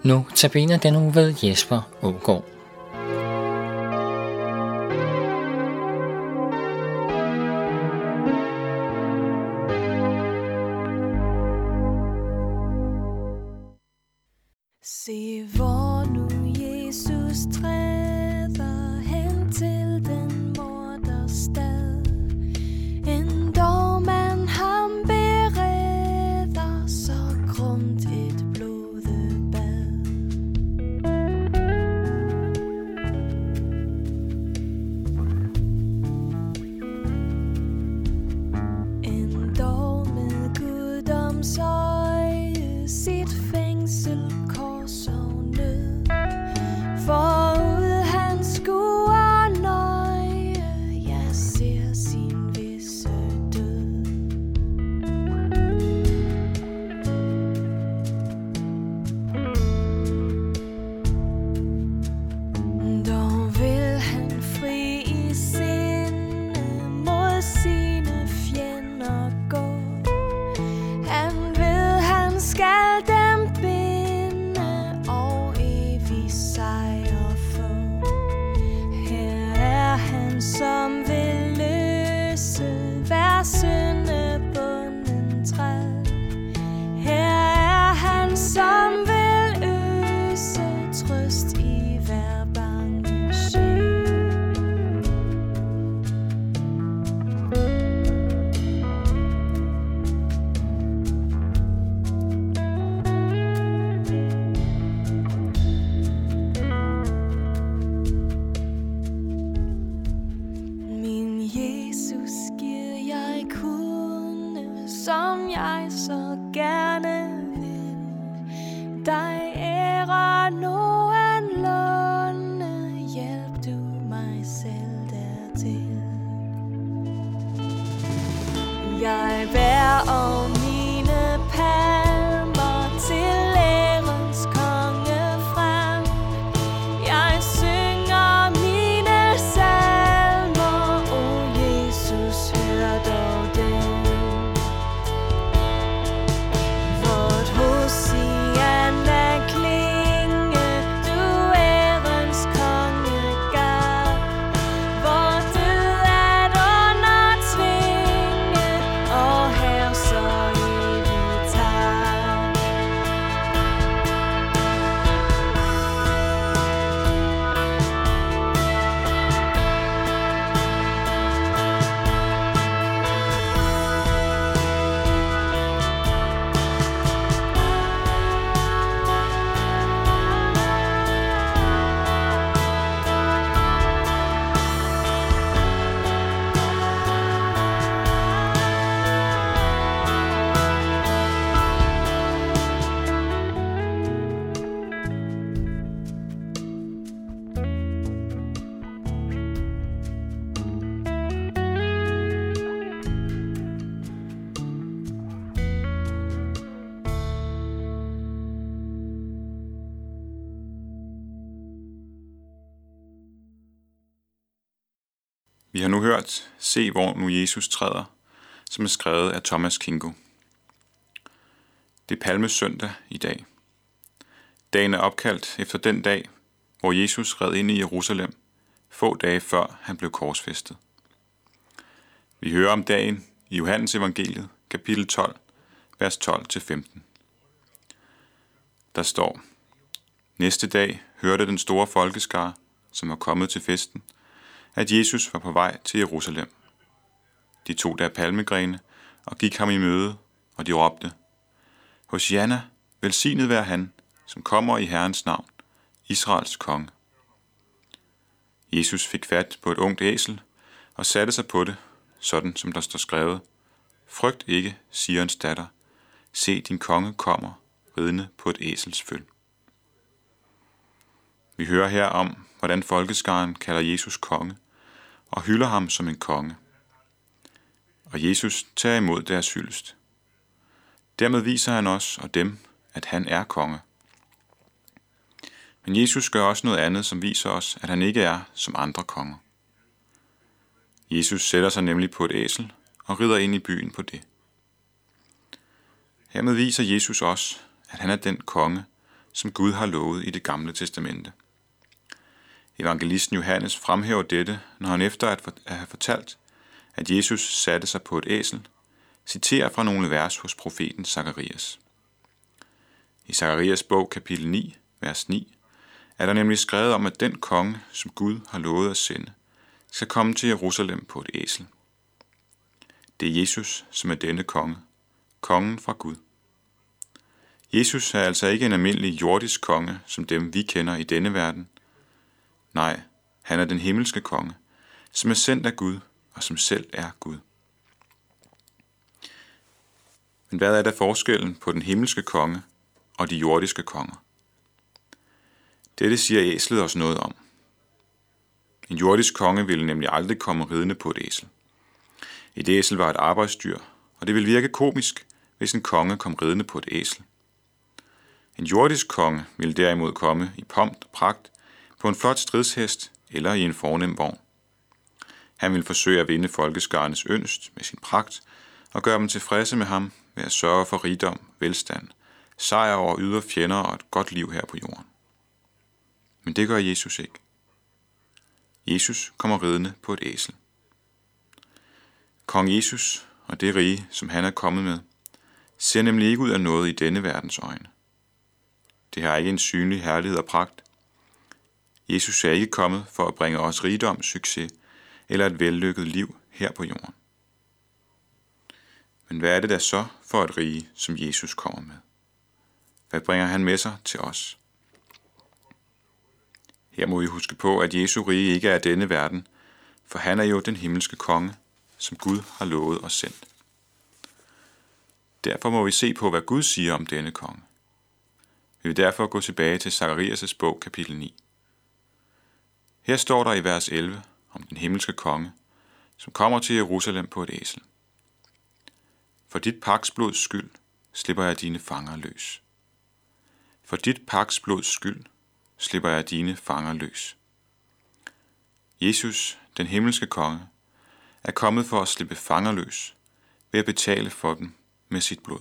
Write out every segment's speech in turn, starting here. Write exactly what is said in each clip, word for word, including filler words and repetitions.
Nu tabiner den uge ved Jesper Aagaard. Se hvor nu Jesus træder hen til den morderstad. En dårmand ham bereder så grumt et blodbad. En dog med guddoms øje sit fængsel kors og nød. Forud han skuer nøje, jeg ser sin visse død. Dog vil han fri i sinde mod sine fjender gå. Han ved han skal dem binde og evig sejr få. Her er han som vil løse hver syndebunden træl. Her er han som vil øse trøst i hver bange sjæl. Min Jesus giver jeg kunne, som jeg så gerne vil. Dig ære nogenlunde, hjælp du mig selv dertil. Jeg bærer mine palmer til ærens konge frem. Jeg synger mine salmer, o Jesus, hør dog dem. Vort Hosianna klinge, du ærens konge gab. Vor død at undertvinge, og her så evigt tak. Vi har nu hørt Se hvor nu Jesus træder, som er skrevet af Thomas Kingo. Det er palmesøndag i dag. Dagen er opkaldt efter den dag, hvor Jesus red ind i Jerusalem, få dage før han blev korsfæstet. Vi hører om dagen i Johannes evangeliet, kapitel tolv, vers tolv til femten. Der står: Næste dag hørte den store folkeskare, som var kommet til festen, at Jesus var på vej til Jerusalem. De tog der palmegrene og gik ham i møde, og de råbte: Hosianna, velsignet være han, som kommer i Herrens navn, Israels konge. Jesus fik fat på et ungt æsel og satte sig på det, sådan som der står skrevet: Frygt ikke, Sions datter, se din konge kommer, ridende på et æsels føl. Vi hører her om, hvordan folkeskaren kalder Jesus konge og hylder ham som en konge. Og Jesus tager imod deres hyldest. Dermed viser han os og dem, at han er konge. Men Jesus gør også noget andet, som viser os, at han ikke er som andre konger. Jesus sætter sig nemlig på et æsel og rider ind i byen på det. Hermed viser Jesus os, at han er den konge, som Gud har lovet i det gamle testamente. Evangelisten Johannes fremhæver dette, når han efter at have fortalt, at Jesus satte sig på et æsel, citerer fra nogle vers hos profeten Zakarias. I Zakarias bog kapitel ni, vers ni, er der nemlig skrevet om, at den konge, som Gud har lovet at sende, skal komme til Jerusalem på et æsel. Det er Jesus, som er denne konge, kongen fra Gud. Jesus er altså ikke en almindelig jordisk konge, som dem vi kender i denne verden. Nej, han er den himmelske konge, som er sendt af Gud og som selv er Gud. Men hvad er der forskellen på den himmelske konge og de jordiske konger? Dette siger æslet os noget om. En jordisk konge ville nemlig aldrig komme ridende på et æsel. Et æsel var et arbejdsdyr, og det ville virke komisk, hvis en konge kom ridende på et æsel. En jordisk konge ville derimod komme i pomp og pragt på en flot stridshest eller i en fornem vogn. Han ville forsøge at vinde folkeskarnes yndest med sin pragt og gøre dem tilfredse med ham ved at sørge for rigdom, velstand, sejr over ydre fjender og et godt liv her på jorden. Men det gør Jesus ikke. Jesus kommer ridende på et æsel. Kong Jesus og det rige, som han er kommet med, ser nemlig ikke ud af noget i denne verdens øjne. Det har ikke en synlig herlighed og pragt. Jesus er ikke kommet for at bringe os rigdom, succes eller et vellykket liv her på jorden. Men hvad er det da så for et rige, som Jesus kommer med? Hvad bringer han med sig til os? Her må vi huske på, at Jesu rige ikke er denne verden, for han er jo den himmelske konge, som Gud har lovet og sendt. Derfor må vi se på, hvad Gud siger om denne konge. Vi vil derfor gå tilbage til Zakarias' bog, kapitel ni. Her står der i vers elleve om den himmelske konge, som kommer til Jerusalem på et æsel. For dit paksblods skyld slipper jeg dine fanger løs. For dit paksblods skyld slipper jeg dine fanger løs. Jesus, den himmelske konge, er kommet for at slippe fanger løs ved at betale for dem med sit blod.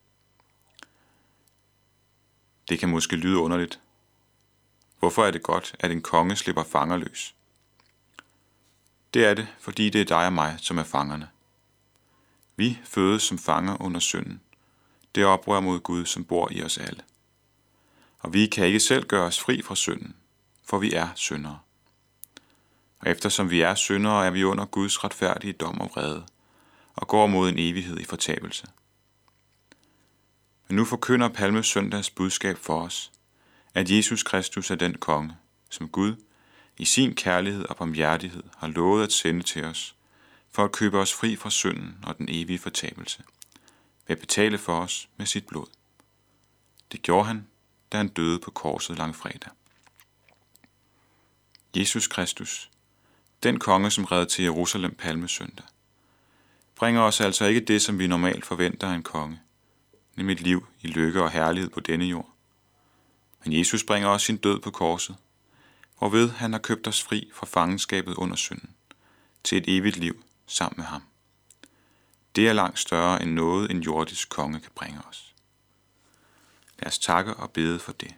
Det kan måske lyde underligt. Hvorfor er det godt, at en konge slipper fanger løs? Det er det, fordi det er dig og mig, som er fangerne. Vi fødes som fanger under synden. Det er oprør mod Gud, som bor i os alle. Og vi kan ikke selv gøre os fri fra synden, for vi er syndere. Og eftersom vi er syndere, er vi under Guds retfærdige dom og vrede, og går mod en evighed i fortabelse. Men nu forkynder Palmesøndags budskab for os, at Jesus Kristus er den konge, som Gud i sin kærlighed og barmhjertighed har lovet at sende til os, for at købe os fri fra synden og den evige fortabelse, ved at betale for os med sit blod. Det gjorde han, da han døde på korset langfredag. Jesus Kristus, den konge, som red til Jerusalem Palmesøndag, bringer os altså ikke det, som vi normalt forventer af en konge, nemlig et liv i lykke og herlighed på denne jord. Men Jesus bringer os sin død på korset, hvorved han har købt os fri fra fangenskabet under synden, til et evigt liv sammen med ham. Det er langt større end noget, en jordisk konge kan bringe os. Lad os takke og bede for det.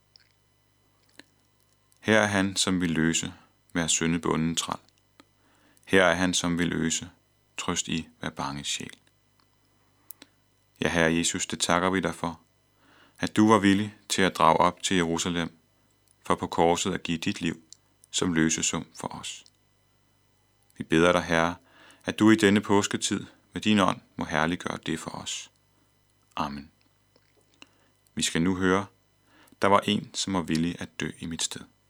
Her er han, som vil løse hver syndebunden træl. Her er han, som vil løse trøst i hver bange sjæl. Ja, Herre Jesus, det takker vi dig for, at du var villig til at drage op til Jerusalem, for på korset at give dit liv som løsesum for os. Vi beder dig, Herre, at du i denne påsketid med din ånd må herliggøre det for os. Amen. Vi skal nu høre, der var en, som var villig at dø i mit sted.